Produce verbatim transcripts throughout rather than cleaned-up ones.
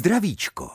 Zdravíčko.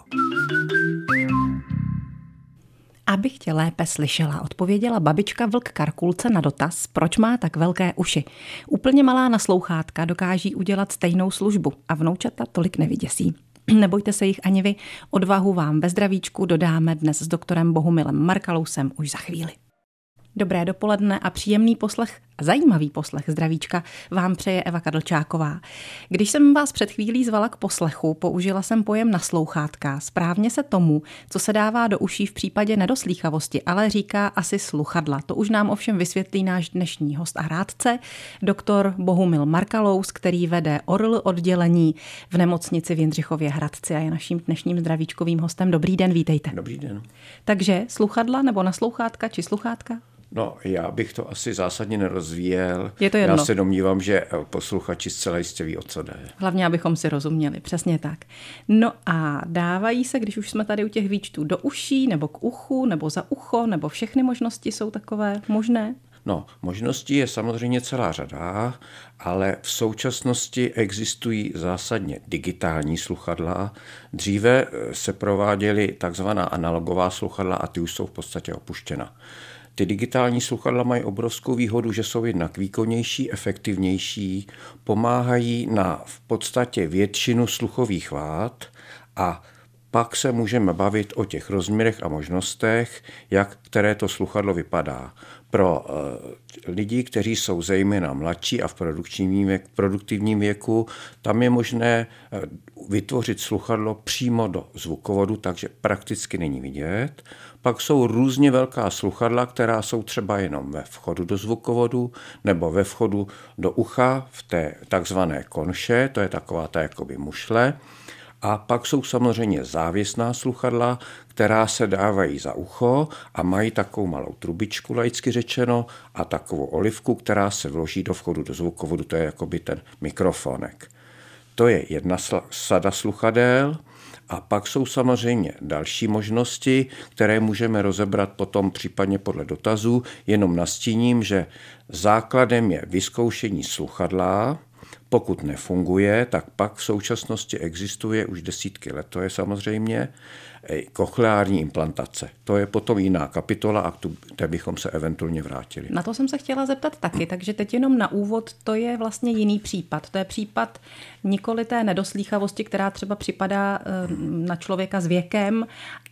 Abych tě lépe slyšela, odpověděla babička vlk Karkulce na dotaz, proč má tak velké uši. Úplně malá naslouchátka dokáží udělat stejnou službu a vnoučata tolik nevyděsí. Nebojte se jich ani vy, odvahu vám ve Zdravíčku dodáme dnes s doktorem Bohumilem Markalousem už za chvíli. Dobré dopoledne a příjemný poslech a zajímavý poslech Zdravíčka vám přeje Eva Kadlčáková. Když jsem vás před chvílí zvala k poslechu, použila jsem pojem naslouchátka. Správně se tomu, co se dává do uší v případě nedoslýchavosti, ale říká asi sluchadla. To už nám ovšem vysvětlí náš dnešní host a rádce, doktor Bohumil Markalous, který vede O R L oddělení v nemocnici v Jindřichově Hradci a je naším dnešním zdravíčkovým hostem. Dobrý den, vítejte. Dobrý den. Takže sluchadla nebo naslouchátka či sluchátka? No, já bych to asi zásadně nerozvíjel. Je to jedno. Já se domnívám, že posluchači zcela jistě ví, o co jde. Hlavně, abychom si rozuměli, přesně tak. No a dávají se, když už jsme tady u těch výčtů, do uší, nebo k uchu, nebo za ucho, nebo všechny možnosti jsou takové možné? No, možností je samozřejmě celá řada, ale v současnosti existují zásadně digitální sluchadla. Dříve se prováděly takzvaná analogová sluchadla a ty už jsou v podstatě opuštěna. Ty digitální sluchadla mají obrovskou výhodu, že jsou jednak výkonnější, efektivnější, pomáhají na v podstatě většinu sluchových vád a pak se můžeme bavit o těch rozměrech a možnostech, jak které to sluchadlo vypadá. Pro uh, lidi, kteří jsou zejména mladší a v produktivním věku, produktivním věku, tam je možné uh, vytvořit sluchadlo přímo do zvukovodu, takže prakticky není vidět. Pak jsou různě velká sluchadla, která jsou třeba jenom ve vchodu do zvukovodu nebo ve vchodu do ucha v té takzvané konše, to je taková ta jakoby mušle. A pak jsou samozřejmě závěsná sluchadla, která se dávají za ucho a mají takovou malou trubičku, laicky řečeno, a takovou olivku, která se vloží do vchodu do zvukovodu, to je jakoby ten mikrofonek. To je jedna sada sluchadel a pak jsou samozřejmě další možnosti, které můžeme rozebrat potom případně podle dotazů, jenom nastíním, že základem je vyzkoušení sluchadla. Pokud nefunguje, tak pak v současnosti existuje už desítky let, to je samozřejmě kochleární implantace. To je potom jiná kapitola a k té bychom se eventuálně vrátili. Na to jsem se chtěla zeptat taky, takže teď jenom na úvod, to je vlastně jiný případ. To je případ nikoli té nedoslýchavosti, která třeba připadá na člověka s věkem,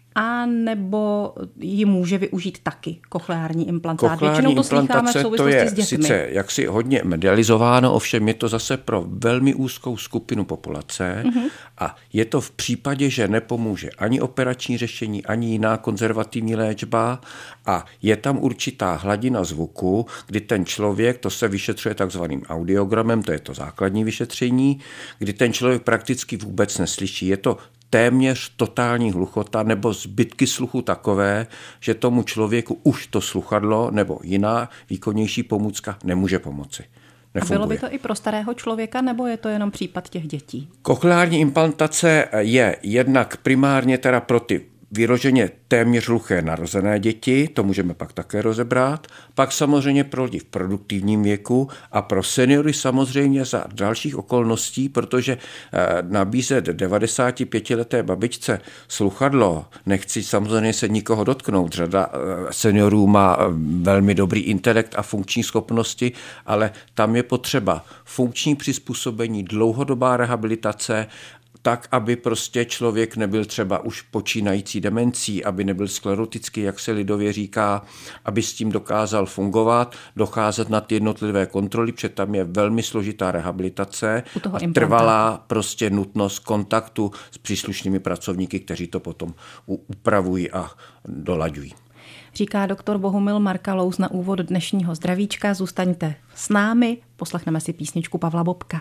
a nebo ji může využít taky kochleární implantace. Kochleární Většinou to slýcháme v souvislosti to je s dětmi. Sice jaksi hodně medializováno, ovšem je to zase pro velmi úzkou skupinu populace mm-hmm. a je to v případě, že nepomůže ani operační řešení, ani jiná konzervativní léčba a je tam určitá hladina zvuku, kdy ten člověk, to se vyšetřuje takzvaným audiogramem, to je to základní vyšetření, kdy ten člověk prakticky vůbec neslyší. Je to téměř totální hluchota nebo zbytky sluchu takové, že tomu člověku už to sluchadlo nebo jiná výkonnější pomůcka nemůže pomoci. Nefunguje. A bylo by to i pro starého člověka, nebo je to jenom případ těch dětí? Kochleární implantace je jednak primárně teda pro ty vyloženě téměř hluché narozené děti, to můžeme pak také rozebrat, pak samozřejmě pro lidi v produktivním věku a pro seniory samozřejmě za dalších okolností, protože nabízet devadesátipětileté babičce sluchadlo, nechci samozřejmě se nikoho dotknout, řada seniorů má velmi dobrý intelekt a funkční schopnosti, ale tam je potřeba funkční přizpůsobení, dlouhodobá rehabilitace, tak, aby prostě člověk nebyl třeba už počínající demencí, aby nebyl sklerotický, jak se lidově říká, aby s tím dokázal fungovat, docházet na ty jednotlivé kontroly, protože tam je velmi složitá rehabilitace a trvalá prostě nutnost kontaktu s příslušnými pracovníky, kteří to potom upravují a dolaďují. Říká doktor Bohumil Markalous na úvod dnešního Zdravíčka. Zůstaňte s námi, poslechneme si písničku Pavla Bobka.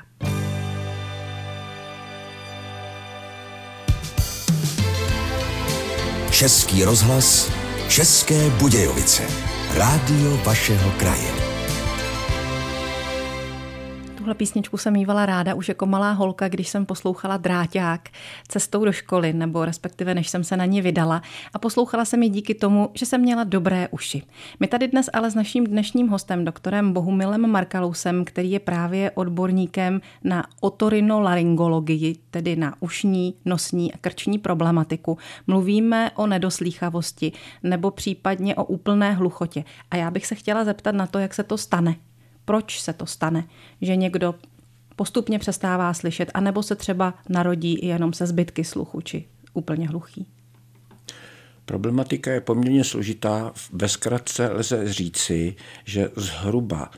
Český rozhlas, České Budějovice. Rádio vašeho kraje. Tuhle písničku jsem mívala ráda už jako malá holka, když jsem poslouchala Dráťák cestou do školy, nebo respektive než jsem se na ní vydala. A poslouchala jsem ji díky tomu, že jsem měla dobré uši. My tady dnes ale s naším dnešním hostem, doktorem Bohumilem Markalousem, který je právě odborníkem na otorinolaryngologii, tedy na ušní, nosní a krční problematiku, mluvíme o nedoslýchavosti nebo případně o úplné hluchotě. A já bych se chtěla zeptat na to, jak se to stane. Proč se to stane, že někdo postupně přestává slyšet, anebo se třeba narodí jenom se zbytky sluchu, či úplně hluchý? Problematika je poměrně složitá. Ve zkratce lze říci, že zhruba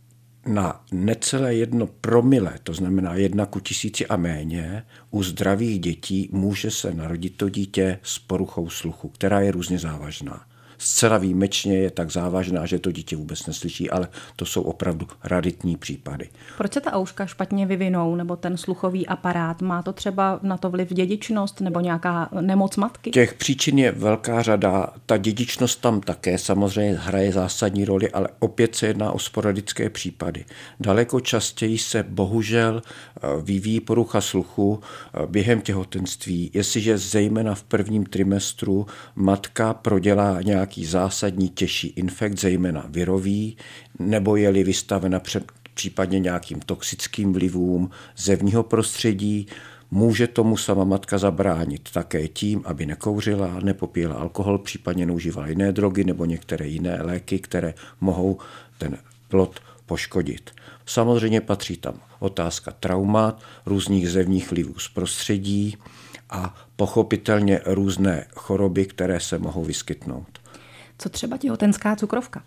na necelé jedno promile, to znamená jedna ku tisíci a méně, u zdravých dětí může se narodit to dítě s poruchou sluchu, která je různě závažná. Zcela výjimečně je tak závažná, že to dítě vůbec neslyší, ale to jsou opravdu raritní případy. Proč se ta ouška špatně vyvinou, nebo ten sluchový aparát? Má to třeba na to vliv dědičnost nebo nějaká nemoc matky? Těch příčin je velká řada. Ta dědičnost tam také samozřejmě hraje zásadní roli, ale opět se jedná o sporadické případy. Daleko častěji se bohužel vyvíjí porucha sluchu během těhotenství, jestliže zejména v prvním trimestru matka prodělá nějaký nějaký zásadní těžší infekt, zejména virový, nebo je-li vystavena před, případně nějakým toxickým vlivům zevního prostředí, může tomu sama matka zabránit také tím, aby nekouřila, nepopíjela alkohol, případně neužívala jiné drogy nebo některé jiné léky, které mohou ten plod poškodit. Samozřejmě patří tam otázka traumat, různých zevních vlivů z prostředí a pochopitelně různé choroby, které se mohou vyskytnout. Co třeba těhotenská cukrovka?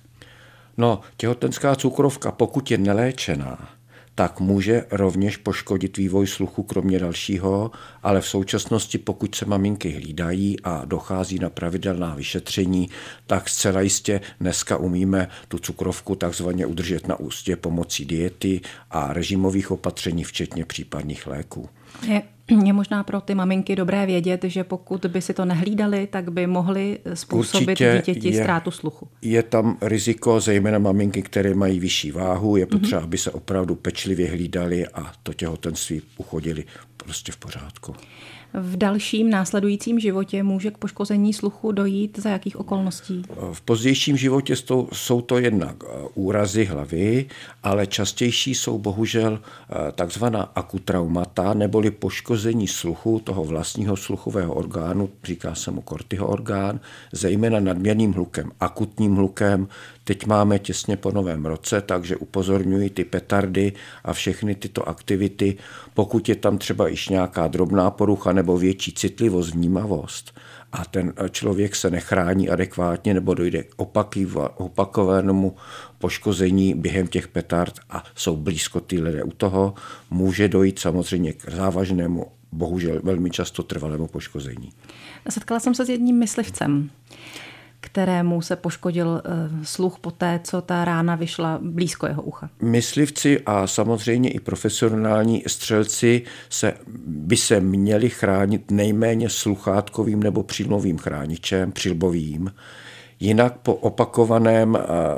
No, těhotenská cukrovka, pokud je neléčená, tak může rovněž poškodit vývoj sluchu kromě dalšího, ale v současnosti, pokud se maminky hlídají a dochází na pravidelná vyšetření, tak zcela jistě dneska umíme tu cukrovku takzvaně udržet na ústě pomocí diety a režimových opatření, včetně případných léků. Je, je možná pro ty maminky dobré vědět, že pokud by si to nehlídali, tak by mohli způsobit Určitě dítěti je, ztrátu sluchu. Je tam riziko, zejména maminky, které mají vyšší váhu, je potřeba, mm-hmm. aby se opravdu pečlivě hlídali a to těhotenství uchodili prostě v pořádku. V dalším následujícím životě může k poškození sluchu dojít za jakých okolností? V pozdějším životě jsou to jednak úrazy hlavy, ale častější jsou bohužel takzvaná akutraumata, neboli poškození sluchu, toho vlastního sluchového orgánu, říká se mu Cortyho orgán, zejména nadměrným hlukem, akutním hlukem. Teď máme těsně po novém roce, takže upozorňuji ty petardy a všechny tyto aktivity, pokud je tam třeba již nějaká drobná porucha nebo větší citlivost, vnímavost a ten člověk se nechrání adekvátně nebo dojde k opakovanému poškození během těch petard a jsou blízko ty lidé u toho, může dojít samozřejmě k závažnému, bohužel velmi často trvalému poškození. Setkala jsem se s jedním myslivcem, kterému se poškodil sluch poté, co ta rána vyšla blízko jeho ucha. Myslivci a samozřejmě i profesionální střelci se, by se měli chránit nejméně sluchátkovým nebo přilbovým chráničem, přilbovým. Jinak po opakovaném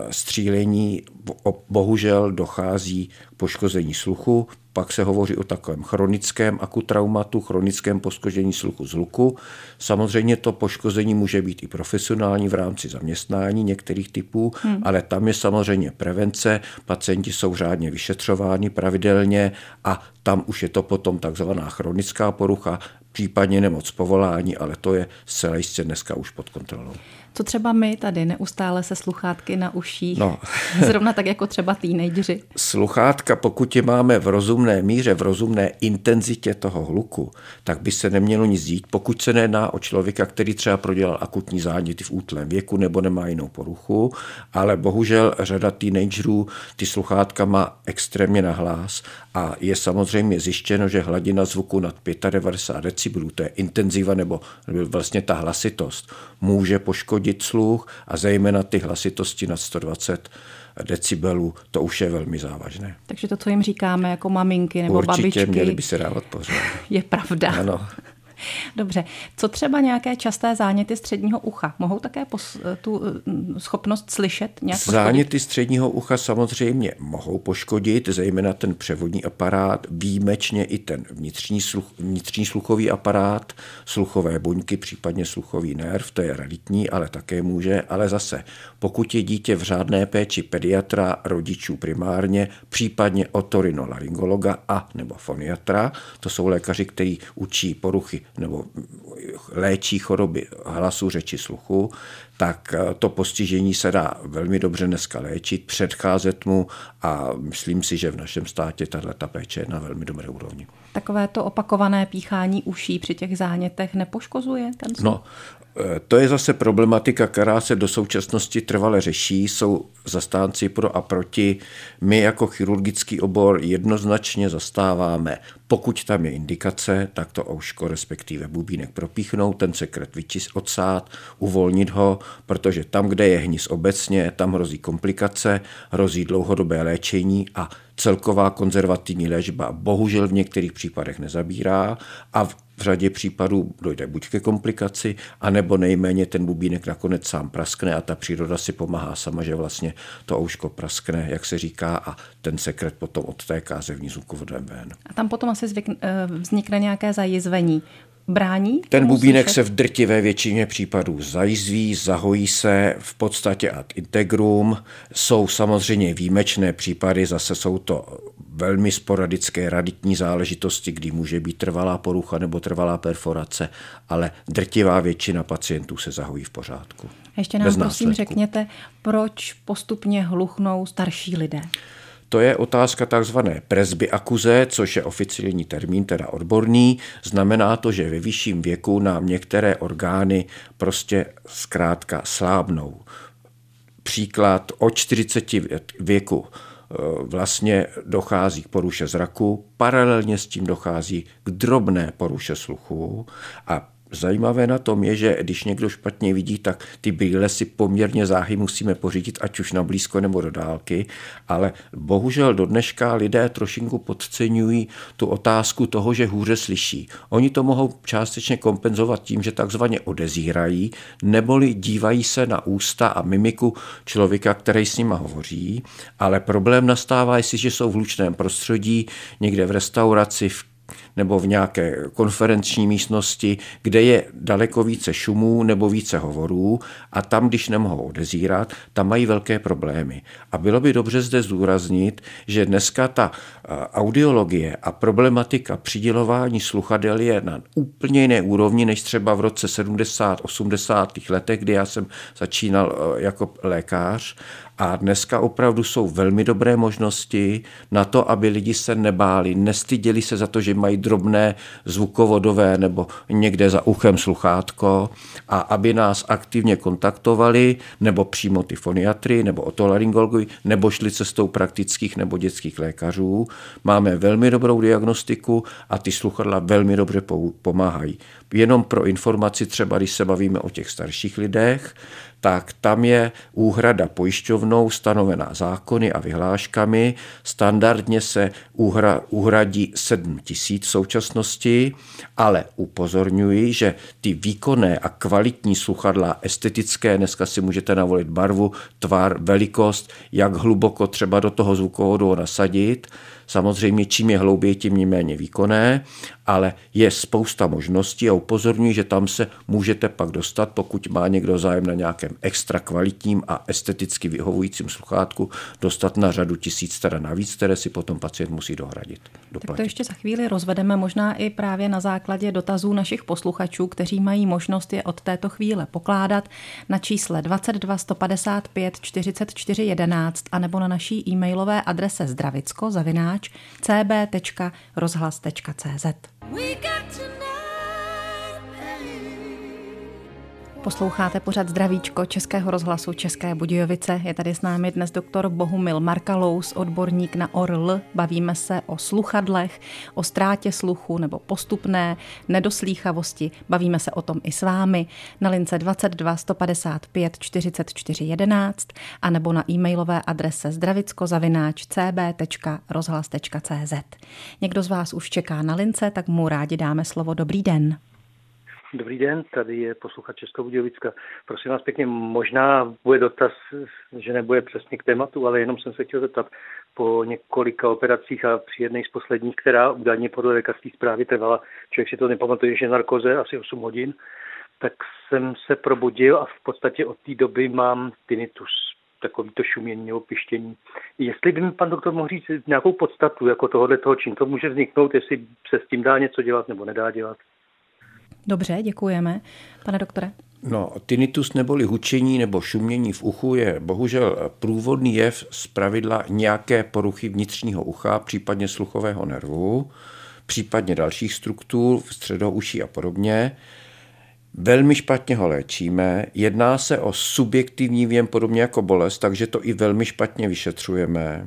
střílení bohužel dochází k poškození sluchu, pak se hovoří o takovém chronickém akutraumatu, chronickém poškození sluchu z hluku. Samozřejmě to poškození může být i profesionální v rámci zaměstnání některých typů, hmm. ale tam je samozřejmě prevence, pacienti jsou řádně vyšetřováni pravidelně a tam už je to potom takzvaná chronická porucha, případně nemoc povolání, ale to je zcela jistě dneska už pod kontrolou. Co třeba my tady neustále se sluchátky na uších, no. zrovna tak jako třeba teenageři? Sluchátka, pokud je máme v rozumné míře, v rozumné intenzitě toho hluku, tak by se nemělo nic dít, pokud se nejedná o člověka, který třeba prodělal akutní záněty v útlém věku nebo nemá jinou poruchu, ale bohužel řada teenagerů ty sluchátka má extrémně nahlas a je samozřejmě zjištěno, že hladina zvuku nad devadesát pět decibelů, to je intenziva nebo vlastně ta hlasitost, může poškodit sluch a zejména ty hlasitosti nad sto dvacet decibelů, to už je velmi závažné. Takže to, co jim říkáme jako maminky nebo Určitě babičky, měli by se dávat pozor. Je pravda. Ano. Dobře. Co třeba nějaké časté záněty středního ucha? Mohou také pos, tu schopnost slyšet nějak poškodit? Záněty středního ucha samozřejmě mohou poškodit, zejména ten převodní aparát, výjimečně i ten vnitřní, sluch, vnitřní sluchový aparát, sluchové buňky, případně sluchový nerv, to je raritní, ale také může, ale zase, pokud je dítě v řádné péči pediatra, rodičů primárně, případně otorinolaryngologa a nebo foniatra, to jsou lékaři, kteří učí poruchy nebo léčí choroby hlasu, řeči, sluchu, tak to postižení se dá velmi dobře dneska léčit, předcházet mu a myslím si, že v našem státě tato péče je na velmi dobré úrovni. Takové to opakované píchání uší při těch zánětech nepoškozuje ten sluch? No, to je zase problematika, která se do současnosti trvale řeší. Jsou zastánci pro a proti. My jako chirurgický obor jednoznačně zastáváme, pokud tam je indikace, tak to ouško, respektive bubínek propíchnout, ten sekret vyčist, odsát, uvolnit ho, protože tam, kde je hnis obecně, tam hrozí komplikace, hrozí dlouhodobé léčení a celková konzervativní léčba bohužel v některých případech nezabírá a v řadě případů dojde buď ke komplikaci, anebo nejméně ten bubínek nakonec sám praskne a ta příroda si pomáhá sama, že vlastně to ouško praskne, jak se říká, a ten sekret potom odtéká zevní zvukovodem ven. A tam potom asi zvyk, vznikne nějaké zajizvení. Brání? Ten bubínek se v drtivé většině případů zajizví, zahojí se v podstatě ad integrum. Jsou samozřejmě výjimečné případy, zase jsou to velmi sporadické raditní záležitosti, kdy může být trvalá porucha nebo trvalá perforace, ale drtivá většina pacientů se zahojí v pořádku. Ještě nám prosím řekněte, proč postupně hluchnou starší lidé? To je otázka takzvané presbyakuze, což je oficiální termín, teda odborný. Znamená to, že ve vyšším věku nám některé orgány prostě zkrátka slábnou. Příklad, od čtyřiceti věku vlastně dochází k poruše zraku, paralelně s tím dochází k drobné poruše sluchu a zajímavé na tom je, že když někdo špatně vidí, tak ty brýle si poměrně záhy musíme pořídit, ať už na blízko nebo do dálky, ale bohužel do dneška lidé trošinku podceňují tu otázku toho, že hůře slyší. Oni to mohou částečně kompenzovat tím, že takzvaně odezírají, neboli dívají se na ústa a mimiku člověka, který s nima hovoří, ale problém nastává, jestliže jsou v hlučném prostředí, někde v restauraci, v nebo v nějaké konferenční místnosti, kde je daleko více šumů nebo více hovorů a tam, když nemohou odezírat, tam mají velké problémy. A bylo by dobře zde zdůraznit, že dneska ta audiologie a problematika přidělování sluchadel je na úplně jiné úrovni, než třeba v roce sedmdesátých osmdesátých letech, kdy já jsem začínal jako lékař. A dneska opravdu jsou velmi dobré možnosti na to, aby lidi se nebáli, nestyděli se za to, že mají drobné zvukovodové nebo někde za uchem sluchátko a aby nás aktivně kontaktovali nebo přímo ty foniatry nebo otolaryngology nebo šli cestou praktických nebo dětských lékařů. Máme velmi dobrou diagnostiku a ty sluchadla velmi dobře pomáhají. Jenom pro informaci, třeba když se bavíme o těch starších lidech, tak tam je úhrada pojišťovnou stanovená zákony a vyhláškami. Standardně se úhra, uhradí sedm tisíc v současnosti, ale upozorňuji, že ty výkonné a kvalitní sluchadla, estetické, dneska si můžete navolit barvu, tvar, velikost, jak hluboko třeba do toho zvukovodu nasadit. Samozřejmě čím je hlouběji, tím méně výkonné, ale je spousta možností a upozorňuji, že tam se můžete pak dostat, pokud má někdo zájem na nějakém extra kvalitním a esteticky vyhovujícím sluchátku, dostat na řadu tisíc teda navíc, které si potom pacient musí dohradit. Doplatit. Tak to ještě za chvíli rozvedeme možná i právě na základě dotazů našich posluchačů, kteří mají možnost je od této chvíle pokládat na čísle dvacet dva sto padesát pět čtyřicet čtyři jedenáct anebo na naší e-mailové adrese zdravicko zavináč c b tečka rozhlas tečka c z. Posloucháte pořad Zdravíčko Českého rozhlasu České Budějovice. Je tady s námi dnes doktor Bohumil Markalous, odborník na O R L. Bavíme se o sluchadlech, o ztrátě sluchu nebo postupné nedoslýchavosti. Bavíme se o tom i s vámi na lince dvacet dva sto padesát pět čtyřicet čtyři jedenáct a nebo na e-mailové adrese zdravicko zavináč c b tečka rozhlas tečka c z. Někdo z vás už čeká na lince, tak mu rádi dáme slovo. Dobrý den. Dobrý den, tady je posluchač Českobudějovicka. Prosím vás pěkně, možná bude dotaz, že nebude přesně k tématu, ale jenom jsem se chtěl zeptat, po několika operacích a při jedné z posledních, která údajně podle lékařské zprávy trvala, člověk si to nepamatuje, že narkoze asi osm hodin, tak jsem se probudil a v podstatě od té doby mám tinnitus, takový to šumění nebo pištění. Jestli by mi pan doktor mohl říct nějakou podstatu jako tohohle toho, čím to může vzniknout, jestli se s tím dá něco dělat nebo nedá dělat. Dobře, děkujeme. Pane doktore? No, tinnitus neboli hučení nebo šumění v uchu je bohužel průvodný jev zpravidla nějaké poruchy vnitřního ucha, případně sluchového nervu, případně dalších struktur, středouší a podobně. Velmi špatně ho léčíme, jedná se o subjektivní věm podobně jako bolest, takže to i velmi špatně vyšetřujeme.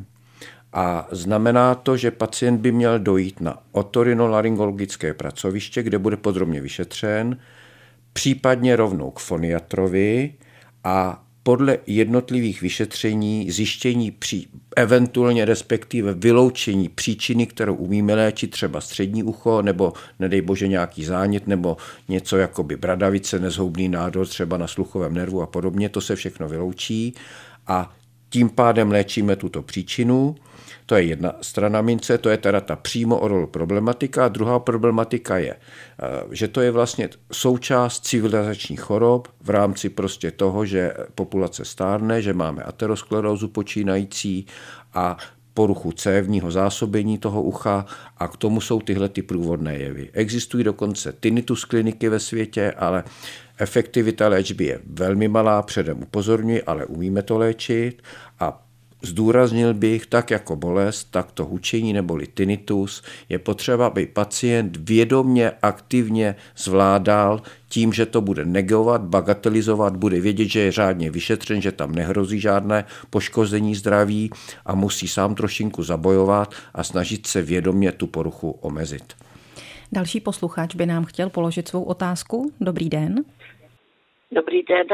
A znamená to, že pacient by měl dojít na otorinolaryngologické pracoviště, kde bude podrobně vyšetřen, případně rovnou k foniatrovi a podle jednotlivých vyšetření, zjištění, při, eventuálně respektive vyloučení příčiny, kterou umíme léčit, třeba střední ucho, nebo nedej bože nějaký zánět, nebo něco jako by bradavice, nezhoubný nádor třeba na sluchovém nervu a podobně, to se všechno vyloučí a tím pádem léčíme tuto příčinu. To je jedna strana mince, to je teda ta přímo oral problematika. A druhá problematika je, že to je vlastně součást civilizačních chorob v rámci prostě toho, že populace stárne, že máme aterosklerózu počínající a poruchu cévního zásobení toho ucha a k tomu jsou tyhle ty průvodné jevy. Existují dokonce tinnitus kliniky ve světě, ale efektivita léčby je velmi malá, předem upozorňuji, ale umíme to léčit a zdůraznil bych, tak jako bolest, tak to hučení neboli tinnitus je potřeba, aby pacient vědomě, aktivně zvládal tím, že to bude negovat, bagatelizovat, bude vědět, že je řádně vyšetřen, že tam nehrozí žádné poškození zdraví a musí sám trošinku zabojovat a snažit se vědomě tu poruchu omezit. Další posluchač by nám chtěl položit svou otázku. Dobrý den. Dobrý den.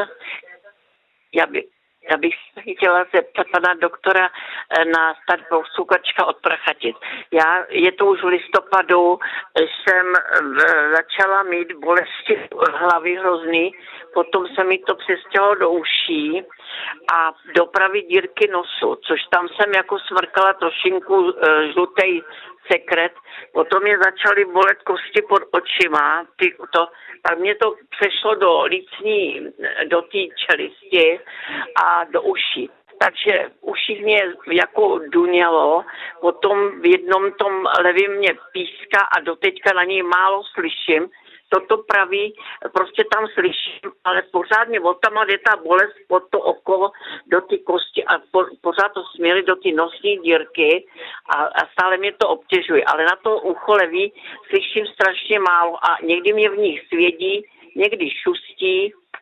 Já bych Já bych se chtěla zeptat pana doktora na stavbu Sukačka od Prachatic. Já, je to už v listopadu, jsem začala mít bolesti hlavy hrozný, potom se mi to přestěhlo do uší a do pravý dírky nosu, což tam jsem jako smrkala trošinku žlutej sekret, potom mě začaly bolet kosti pod očima, ty, to, tak mě to přešlo do lícní, do té čelisti a do uší. Takže uši mě jako dunělo, potom v jednom tom levém mě píská a doteďka na něj málo slyším. Toto praví, prostě tam slyším, ale pořád mě od tam je ta bolest pod to oko do ty kosti a po, pořád to směli do ty nosní dírky a, a stále mě to obtěžuje. Ale na to ucho levý slyším strašně málo a někdy mě v nich svědí, někdy šustí.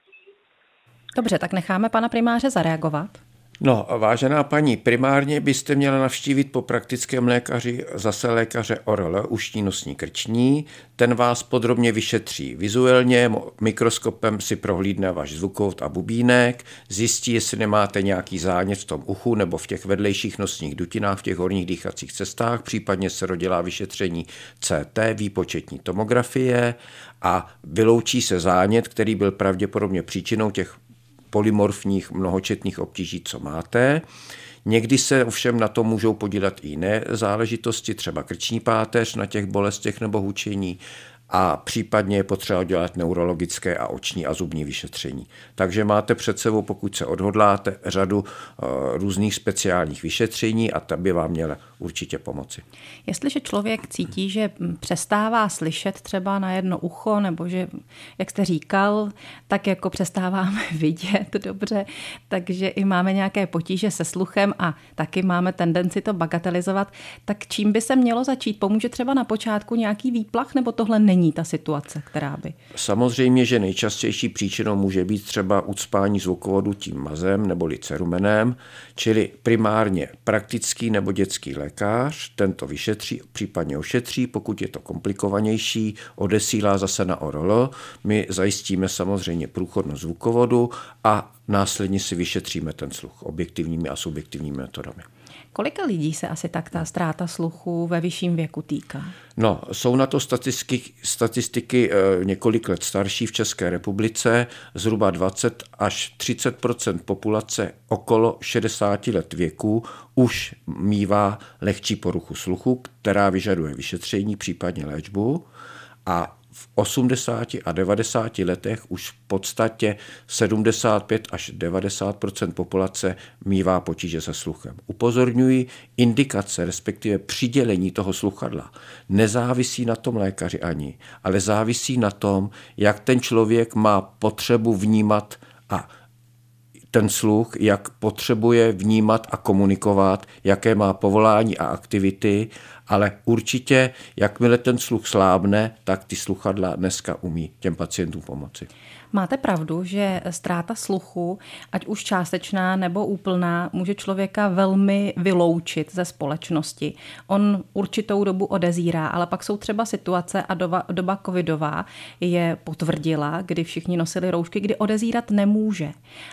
Dobře, tak necháme pana primáře zareagovat. No, vážená paní, primárně byste měla navštívit po praktickém lékaři zase lékaře O R L, ušní, nosní, krční. Ten vás podrobně vyšetří vizuálně, mikroskopem si prohlídne váš zvukovod a bubínek, zjistí, jestli nemáte nějaký zánět v tom uchu nebo v těch vedlejších nosních dutinách, v těch horních dýchacích cestách, případně se dodělá vyšetření C T, výpočetní tomografie a vyloučí se zánět, který byl pravděpodobně příčinou těch polymorfních mnohočetných obtíží, co máte. Někdy se ovšem na to můžou podílet i jiné záležitosti, třeba krční páteř na těch bolestech nebo hučení a případně je potřeba dělat neurologické a oční a zubní vyšetření. Takže máte před sebou, pokud se odhodláte, řadu uh, různých speciálních vyšetření a ta by vám měla určitě pomoci. Jestliže člověk cítí, že přestává slyšet třeba na jedno ucho, nebo že, jak jste říkal, tak jako přestáváme vidět dobře, takže i máme nějaké potíže se sluchem a taky máme tendenci to bagatelizovat, tak čím by se mělo začít? Pomůže třeba na počátku nějaký výplach, nebo tohle není ta situace, která by... Samozřejmě, že nejčastější příčinou může být třeba ucpání zvukovodu tím mazem neboli cerumenem, čili primárně praktický nebo dětský lékař, tento vyšetří, případně ošetří, pokud je to komplikovanější, odesílá zase na O R L. My zajistíme samozřejmě průchodnost zvukovodu a následně si vyšetříme ten sluch objektivními a subjektivními metodami. Kolika lidí se asi tak ta ztráta sluchu ve vyšším věku týká? No, jsou na to statistiky, statistiky e, několik let starší v České republice, zhruba dvacet až třicet procent populace okolo šedesáti let věku už mívá lehčí poruchu sluchu, která vyžaduje vyšetření, případně léčbu, a v osmdesáti a devadesáti letech už v podstatě sedmdesát pět až devadesát procent populace mívá potíže se sluchem. Upozorňuji, indikace, respektive přidělení toho sluchadla nezávisí na tom lékaři ani, ale závisí na tom, jak ten člověk má potřebu vnímat a ten sluch, jak potřebuje vnímat a komunikovat, jaké má povolání a aktivity, ale určitě, jakmile ten sluch slábne, tak ty sluchadla dneska umí těm pacientům pomoci. Máte pravdu, že ztráta sluchu, ať už částečná nebo úplná, může člověka velmi vyloučit ze společnosti. On určitou dobu odezírá, ale pak jsou třeba situace, a doba, doba covidová je potvrdila, kdy všichni nosili roušky, kdy odezírat nemůže.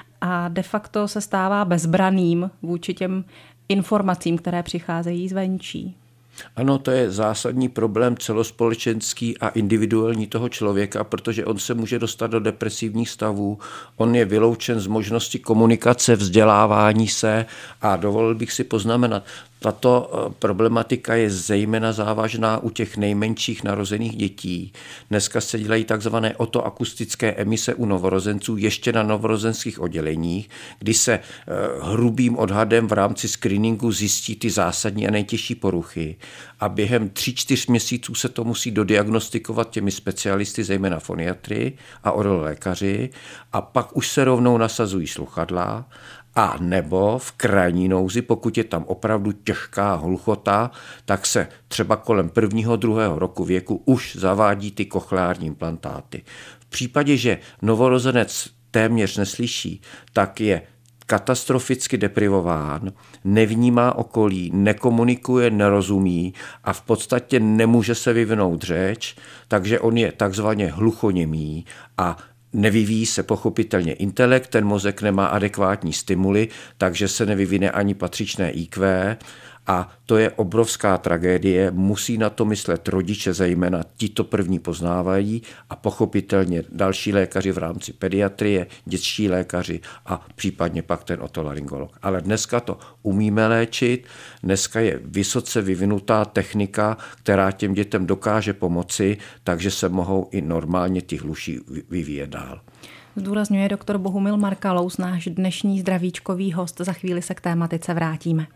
A de facto se stává bezbranným vůči těm informacím, které přicházejí zvenčí. Ano, to je zásadní problém celospolečenský a individuální toho člověka, protože on se může dostat do depresivních stavů, on je vyloučen z možnosti komunikace, vzdělávání se a dovolil bych si poznamenat, tato problematika je zejména závažná u těch nejmenších narozených dětí. Dneska se dělají takzvané otoakustické emise u novorozenců ještě na novorozenských odděleních, kdy se hrubým odhadem v rámci screeningu zjistí ty zásadní a nejtěžší poruchy. A během tři, čtyř měsíců se to musí dodiagnostikovat těmi specialisty, zejména foniatry a odolékaři, a pak už se rovnou nasazují sluchadla. A nebo v krajní nouzi, pokud je tam opravdu těžká hluchota, tak se třeba kolem prvního, druhého roku věku už zavádí ty kochleární implantáty. V případě, že novorozenec téměř neslyší, tak je katastroficky deprivován, nevnímá okolí, nekomunikuje, nerozumí a v podstatě nemůže se vyvinout řeč, takže on je takzvaně hluchoněmý a nevyvíjí se pochopitelně intelekt, ten mozek nemá adekvátní stimuly, takže se nevyvine ani patřičné í kvé a to je obrovská tragédie. Musí na to myslet rodiče, zejména ti to první poznávají a pochopitelně další lékaři v rámci pediatrie, dětští lékaři a případně pak ten otolaryngolog. Ale dneska to umíme léčit, dneska je vysoce vyvinutá technika, která těm dětem dokáže pomoci, takže se mohou i normálně ty hluší vyvíjet dál. Zdůrazňuje doktor Bohumil Markalous, náš dnešní zdravíčkový host. Za chvíli se k tématice vrátíme.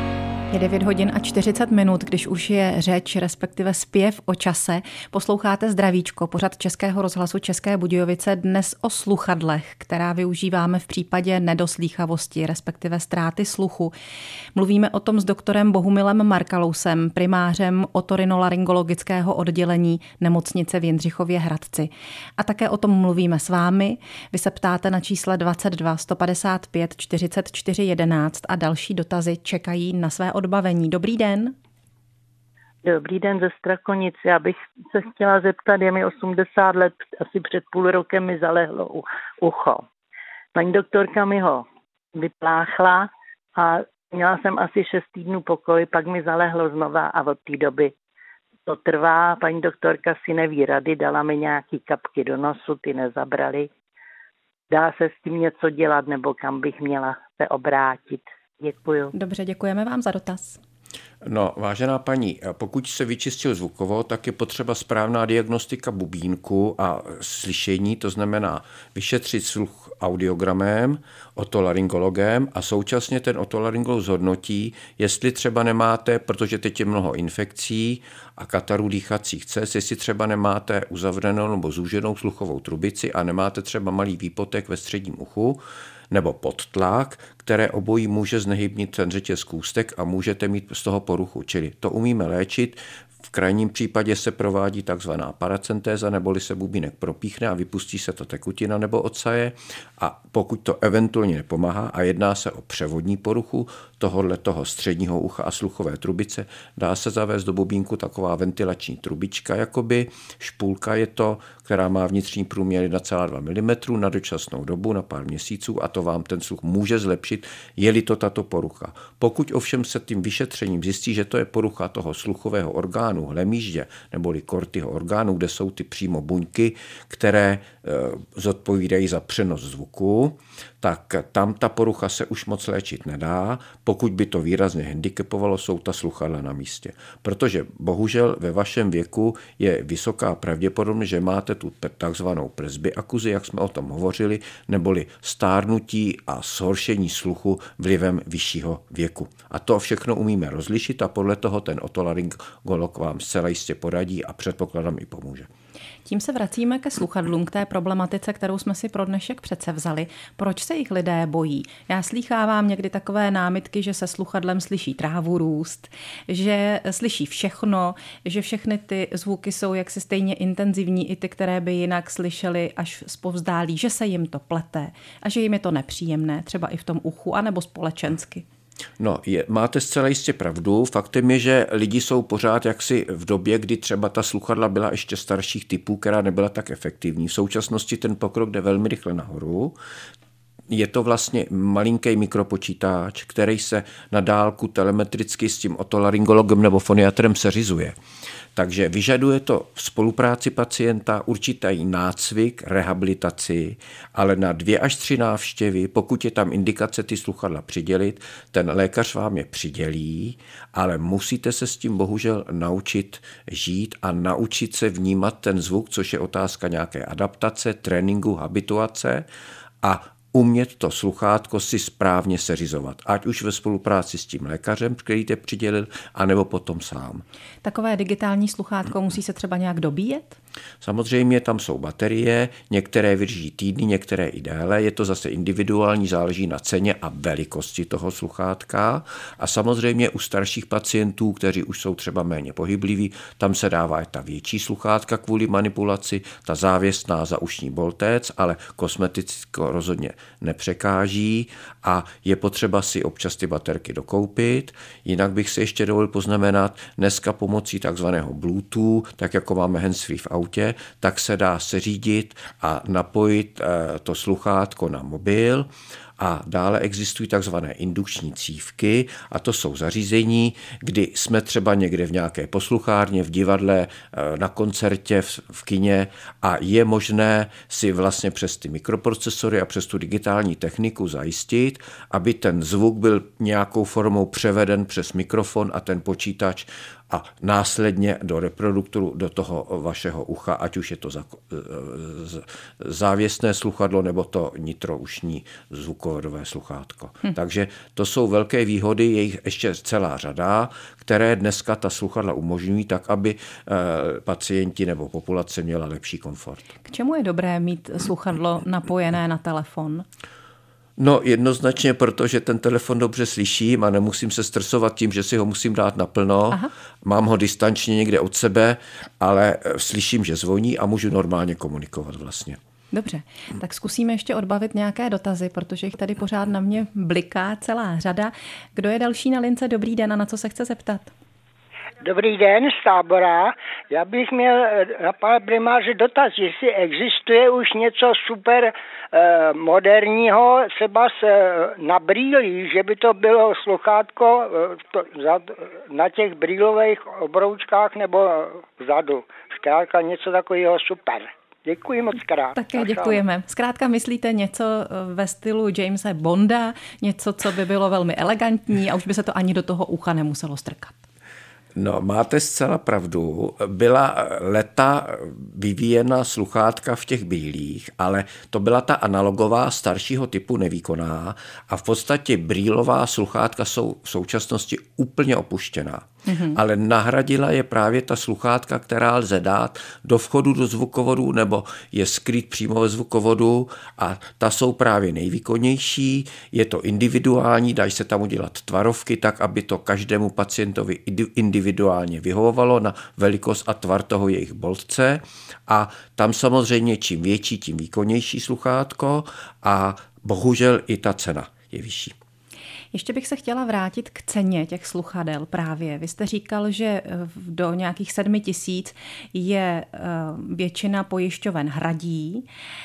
Je devět hodin a čtyřicet minut, když už je řeč, respektive zpěv o čase. Posloucháte Zdravíčko, pořad Českého rozhlasu České Budějovice, dnes o sluchadlech, která využíváme v případě nedoslýchavosti, respektive ztráty sluchu. Mluvíme o tom s doktorem Bohumilem Markalousem, primářem otorinolaryngologického oddělení nemocnice v Jindřichově Hradci. A také o tom mluvíme s vámi. Vy se ptáte na čísle dvacet dva sto padesát pět čtyřicet čtyři jedenáct a další dotazy čekají na své odbavení. Dobrý den. Dobrý den ze Strakonic. Já bych se chtěla zeptat, je mi osmdesát let, asi před půl rokem mi zalehlo ucho. Paní doktorka mi ho vypláchla a měla jsem asi šest týdnů pokoj, pak mi zalehlo znova a od té doby to trvá. Paní doktorka si neví rady, dala mi nějaký kapky do nosu, ty nezabrali. Dá se s tím něco dělat, nebo kam bych měla se obrátit? Děkuju. Dobře, děkujeme vám za dotaz. No, vážená paní, pokud se vyčistil zvukovo, tak je potřeba správná diagnostika bubínku a slyšení, to znamená vyšetřit sluch audiogramem, otolaryngologem a současně ten otolaryngolog zhodnotí, jestli třeba nemáte, protože teď je mnoho infekcí a katarů dýchacích cest, jestli třeba nemáte uzavřenou nebo zúženou sluchovou trubici a nemáte třeba malý výpotek ve středním uchu, nebo podtlak, které obojí může znehybnit ten řetěz kůstek a můžete mít z toho poruchu. Čili to umíme léčit. V krajním případě se provádí takzvaná paracentéza, neboli se bubínek propíchne a vypustí se to tekutina nebo ocaje. A pokud to eventuálně nepomáhá a jedná se o převodní poruchu tohohle toho středního ucha a sluchové trubice, dá se zavést do bubínku taková ventilační trubička, jakoby špůlka je to, která má vnitřní průměr jedna celá dva milimetru na dočasnou dobu, na pár měsíců, a to vám ten sluch může zlepšit, je-li to tato porucha. Pokud ovšem se tím vyšetřením zjistí, že to je porucha toho sluchového orgánu, hlemýždě, neboli kortyho orgánu, kde jsou ty přímo buňky, které e, zodpovídají za přenos zvuku, tak tam ta porucha se už moc léčit nedá. Pokud by to výrazně handicapovalo, jsou ta sluchadla na místě. Protože bohužel ve vašem věku je vysoká pravděpodobnost, že máte tu takzvanou presbyakuzi, jak jsme o tom hovořili, neboli stárnutí a zhoršení sluchu vlivem vyššího věku. A to všechno umíme rozlišit a podle toho ten otolaryngolog vám zcela jistě poradí a předpokládám i pomůže. Tím se vracíme ke sluchadlům, k té problematice, kterou jsme si pro dnešek předsevzali. Proč se jich lidé bojí? Já slýchávám někdy takové námitky, že se sluchadlem slyší trávu růst, že slyší všechno, že všechny ty zvuky jsou jaksi stejně intenzivní, i ty, které by jinak slyšeli až zpovzdálí, že se jim to plete a že jim je to nepříjemné, třeba i v tom uchu, anebo společensky. No, je, máte zcela jistě pravdu. Faktem je, že lidi jsou pořád jaksi v době, kdy třeba ta sluchadla byla ještě starších typů, která nebyla tak efektivní. V současnosti ten pokrok jde velmi rychle nahoru. Je to vlastně malinký mikropočítač, který se na dálku telemetricky s tím otolaryngologem nebo foniatrem seřizuje. Takže vyžaduje to v spolupráci pacienta určitý nácvik, rehabilitaci, ale na dvě až tři návštěvy, pokud je tam indikace ty sluchadla přidělit, ten lékař vám je přidělí, ale musíte se s tím bohužel naučit žít a naučit se vnímat ten zvuk, což je otázka nějaké adaptace, tréninku, habituace a umět to sluchátko si správně seřizovat, ať už ve spolupráci s tím lékařem, který te přidělil, anebo potom sám. Takové digitální sluchátko musí se třeba nějak dobíjet? Samozřejmě tam jsou baterie, některé vydrží týdny, některé i déle, je to zase individuální, záleží na ceně a velikosti toho sluchátka a samozřejmě u starších pacientů, kteří už jsou třeba méně pohybliví, tam se dává ta větší sluchátka kvůli manipulaci, ta závěsná za ušní boltec, ale kosmeticko rozhodně nepřekáží a je potřeba si občas ty baterky dokoupit. Jinak bych si ještě dovolil poznamenat, dneska pomocí takzvaného Bluetooth, tak jako máme handsfree v autě, tak se dá seřídit a napojit to sluchátko na mobil. A dále existují takzvané indukční cívky a to jsou zařízení, kdy jsme třeba někde v nějaké posluchárně, v divadle, na koncertě, v, v kině a je možné si vlastně přes ty mikroprocesory a přes tu digitální techniku zajistit, aby ten zvuk byl nějakou formou převeden přes mikrofon a ten počítač a následně do reproduktoru do toho vašeho ucha, ať už je to závěsné sluchadlo nebo to nitroušní zvukovodové sluchátko. Hm. Takže to jsou velké výhody, je jich ještě celá řada, které dneska ta sluchadla umožňují tak, aby pacienti nebo populace měla lepší komfort. K čemu je dobré mít sluchadlo napojené na telefon? No jednoznačně, protože ten telefon dobře slyším a nemusím se stresovat tím, že si ho musím dát naplno. Aha. Mám ho distančně někde od sebe, ale slyším, že zvoní a můžu normálně komunikovat vlastně. Dobře, tak zkusíme ještě odbavit nějaké dotazy, protože jich tady pořád na mě bliká celá řada. Kdo je další na lince? Dobrý den a na co se chce zeptat? Dobrý den, z Tábora. Já bych měl na pana primáře dotaz, jestli existuje už něco super eh, moderního, třeba s, na brýlích, že by to bylo sluchátko eh, to, za, na těch brýlových obroučkách nebo vzadu. Zkrátka něco takového super. Děkuji moc krát. Také děkujeme. Zkrátka myslíte něco ve stylu Jamese Bonda, něco, co by bylo velmi elegantní a už by se to ani do toho ucha nemuselo strkat. No, máte zcela pravdu. Byla leta vyvíjena sluchátka v těch brýlích, ale to byla ta analogová staršího typu nevýkonná a v podstatě brýlová sluchátka jsou v současnosti úplně opuštěná. Mm-hmm. Ale nahradila je právě ta sluchátka, která lze dát do vchodu do zvukovodu nebo je skrýt přímo ve zvukovodu a ta jsou právě nejvýkonnější. Je to individuální, dají se tam udělat tvarovky tak, aby to každému pacientovi individuálně vyhovovalo na velikost a tvar toho jejich boltce a tam samozřejmě čím větší, tím výkonnější sluchátko a bohužel i ta cena je vyšší. Ještě bych se chtěla vrátit k ceně těch sluchadel právě. Vy jste říkal, že do nějakých sedmi tisíc je většina pojišťoven hradí,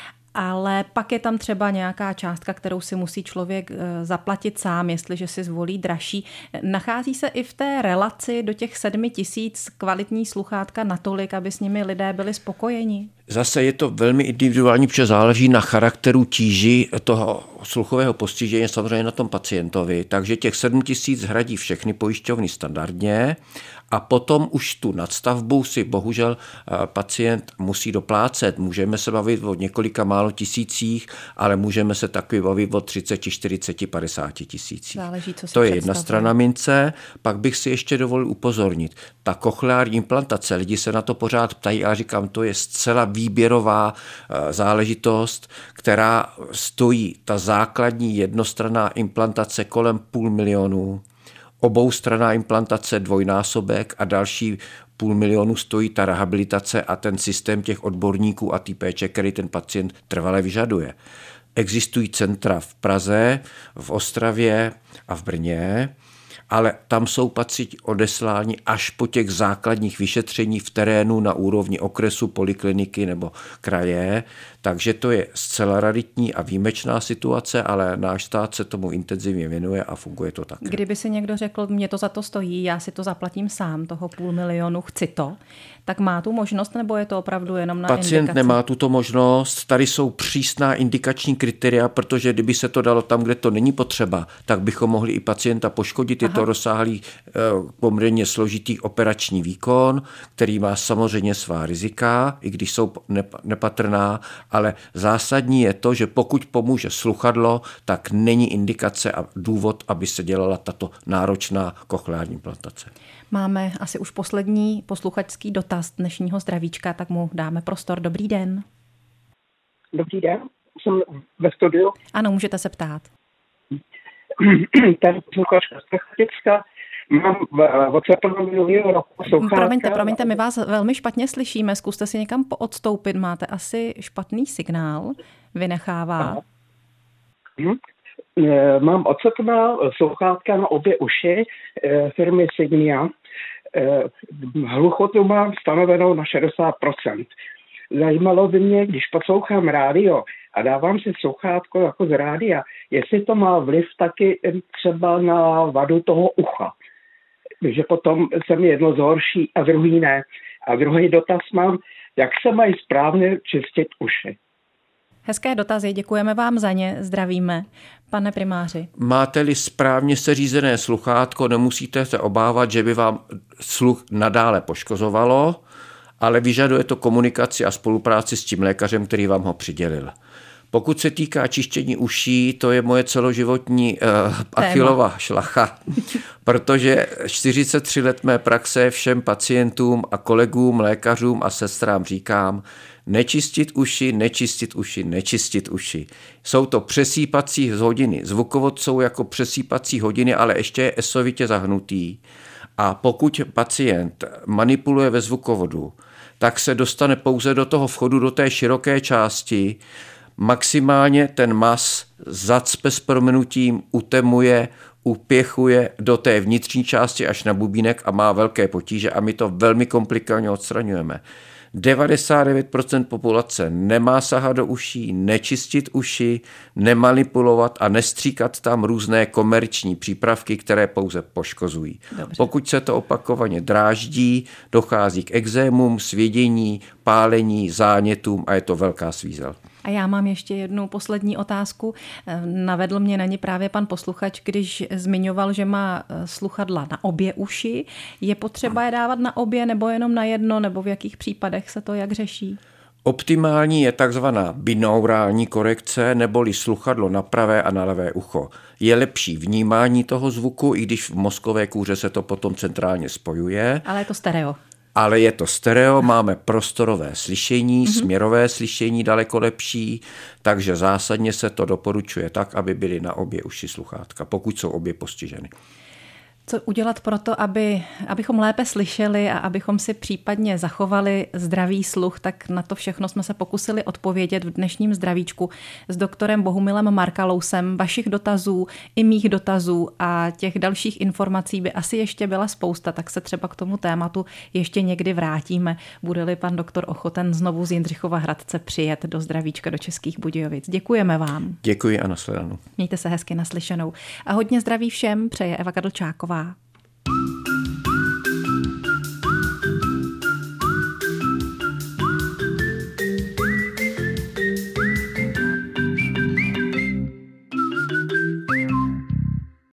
ale pak je tam třeba nějaká částka, kterou si musí člověk zaplatit sám, jestliže si zvolí dražší. Nachází se i v té relaci do těch sedmi tisíc kvalitní sluchátka natolik, aby s nimi lidé byli spokojeni? Zase je to velmi individuální, protože záleží na charakteru tíži toho sluchového postižení, samozřejmě na tom pacientovi. Takže těch sedm tisíc hradí všechny pojišťovny standardně a potom už tu nadstavbu si bohužel pacient musí doplácet. Můžeme se bavit o několika málo tisících, ale můžeme se taky bavit o třicet, čtyřicet, padesát tisících. Záleží, co si to je jedna strana mince. Pak bych si ještě dovolil upozornit. Ta kochleární implantace, lidi se na to pořád ptají, ale říkám, to je zcela výběrová záležitost, která stojí, ta základní jednostranná implantace kolem půl milionu, oboustranná implantace dvojnásobek a další půl milionu stojí ta rehabilitace a ten systém těch odborníků a té péče, který ten pacient trvale vyžaduje. Existují centra v Praze, v Ostravě a v Brně, ale tam jsou pacienti odesláni až po těch základních vyšetření v terénu na úrovni okresu, polikliniky nebo kraje, takže to je zcela raritní a výjimečná situace, ale náš stát se tomu intenzivně věnuje a funguje to tak. Kdyby si někdo řekl, mě to za to stojí, já si to zaplatím sám, toho půl milionu, chci to, tak má tu možnost, nebo je to opravdu jenom na Pacient indikaci? nemá tuto možnost, tady jsou přísná indikační kritéria, protože kdyby se to dalo tam, kde to není potřeba, tak bychom mohli i pacienta poškodit. Aha. Je to rozsáhlý, poměrně složitý operační výkon, který má samozřejmě svá rizika, i když jsou nepatrná, ale zásadní je to, že pokud pomůže sluchadlo, tak není indikace a důvod, aby se dělala tato náročná kochleární implantace. Máme asi už poslední posluchačský dotaz dnešního zdravíčka, tak mu dáme prostor. Dobrý den. Dobrý den, jsem ve studiu. Ano, můžete se ptát. Ten posluchačka z Technicka. Mám od srpna minulého roku sluchátka. Promiňte, promiňte, my vás velmi špatně slyšíme. Zkuste si někam poodstoupit. Máte asi špatný signál. Vynechává. Hmm. Mám od srpna sluchátka na obě uši firmy Signia. Hluchotu mám stanovenou na šedesát procent. Zajímalo by mě, když poslouchám rádio a dávám si sluchátko jako z rádia, jestli to má vliv taky třeba na vadu toho ucha. že potom se mi jedno zhorší a druhý ne. A druhý dotaz mám, jak se mají správně čistit uši. Hezké dotazy, děkujeme vám za ně, zdravíme. Pane primáři. Máte-li správně seřízené sluchátko, nemusíte se obávat, že by vám sluch nadále poškozovalo, ale vyžaduje to komunikaci a spolupráci s tím lékařem, který vám ho přidělil. Pokud se týká čištění uší, to je moje celoživotní uh, Achillova šlacha, protože čtyřicet tři let mé praxe všem pacientům a kolegům, lékařům a sestrám říkám, nečistit uši, nečistit uši, nečistit uši. Jsou to přesýpací hodiny. Zvukovod jsou jako přesýpací hodiny, ale ještě je esovitě zahnutý. A pokud pacient manipuluje ve zvukovodu, tak se dostane pouze do toho vchodu, do té široké části, maximálně ten mas zacpe s prominutím, utemuje, upěchuje do té vnitřní části až na bubínek a má velké potíže a my to velmi komplikovaně odstraňujeme. devadesát devět procent populace nemá sahat do uší, nečistit uši, nemanipulovat a nestříkat tam různé komerční přípravky, které pouze poškozují. Dobře. Pokud se to opakovaně dráždí, dochází k ekzémům, svědění, pálení, zánětům a je to velká svízel. A já mám ještě jednu poslední otázku. Navedl mě na ní právě pan posluchač, když zmiňoval, že má sluchadla na obě uši. Je potřeba je dávat na obě nebo jenom na jedno, nebo v jakých případech se to jak řeší? Optimální je takzvaná binaurální korekce, neboli sluchadlo na pravé a na levé ucho. Je lepší vnímání toho zvuku, i když v mozkové kůře se to potom centrálně spojuje. Ale je to stereo. Ale je to stereo, máme prostorové slyšení, mm-hmm. směrové slyšení daleko lepší, takže zásadně se to doporučuje tak, aby byly na obě uši sluchátka, pokud jsou obě postiženy. Co udělat pro to, aby, abychom lépe slyšeli a abychom si případně zachovali zdravý sluch, tak na to všechno jsme se pokusili odpovědět v dnešním zdravíčku s doktorem Bohumilem Markalousem. Vašich dotazů i mých dotazů a těch dalších informací by asi ještě byla spousta, tak se třeba k tomu tématu ještě někdy vrátíme. Bude-li pan doktor ochoten znovu z Jindřichova Hradce přijet do zdravíčka do Českých Budějovic. Děkujeme vám. Děkuji a nashledanou. Mějte se hezky, naslyšenou. A hodně zdraví všem přeje Eva Kadlčáková.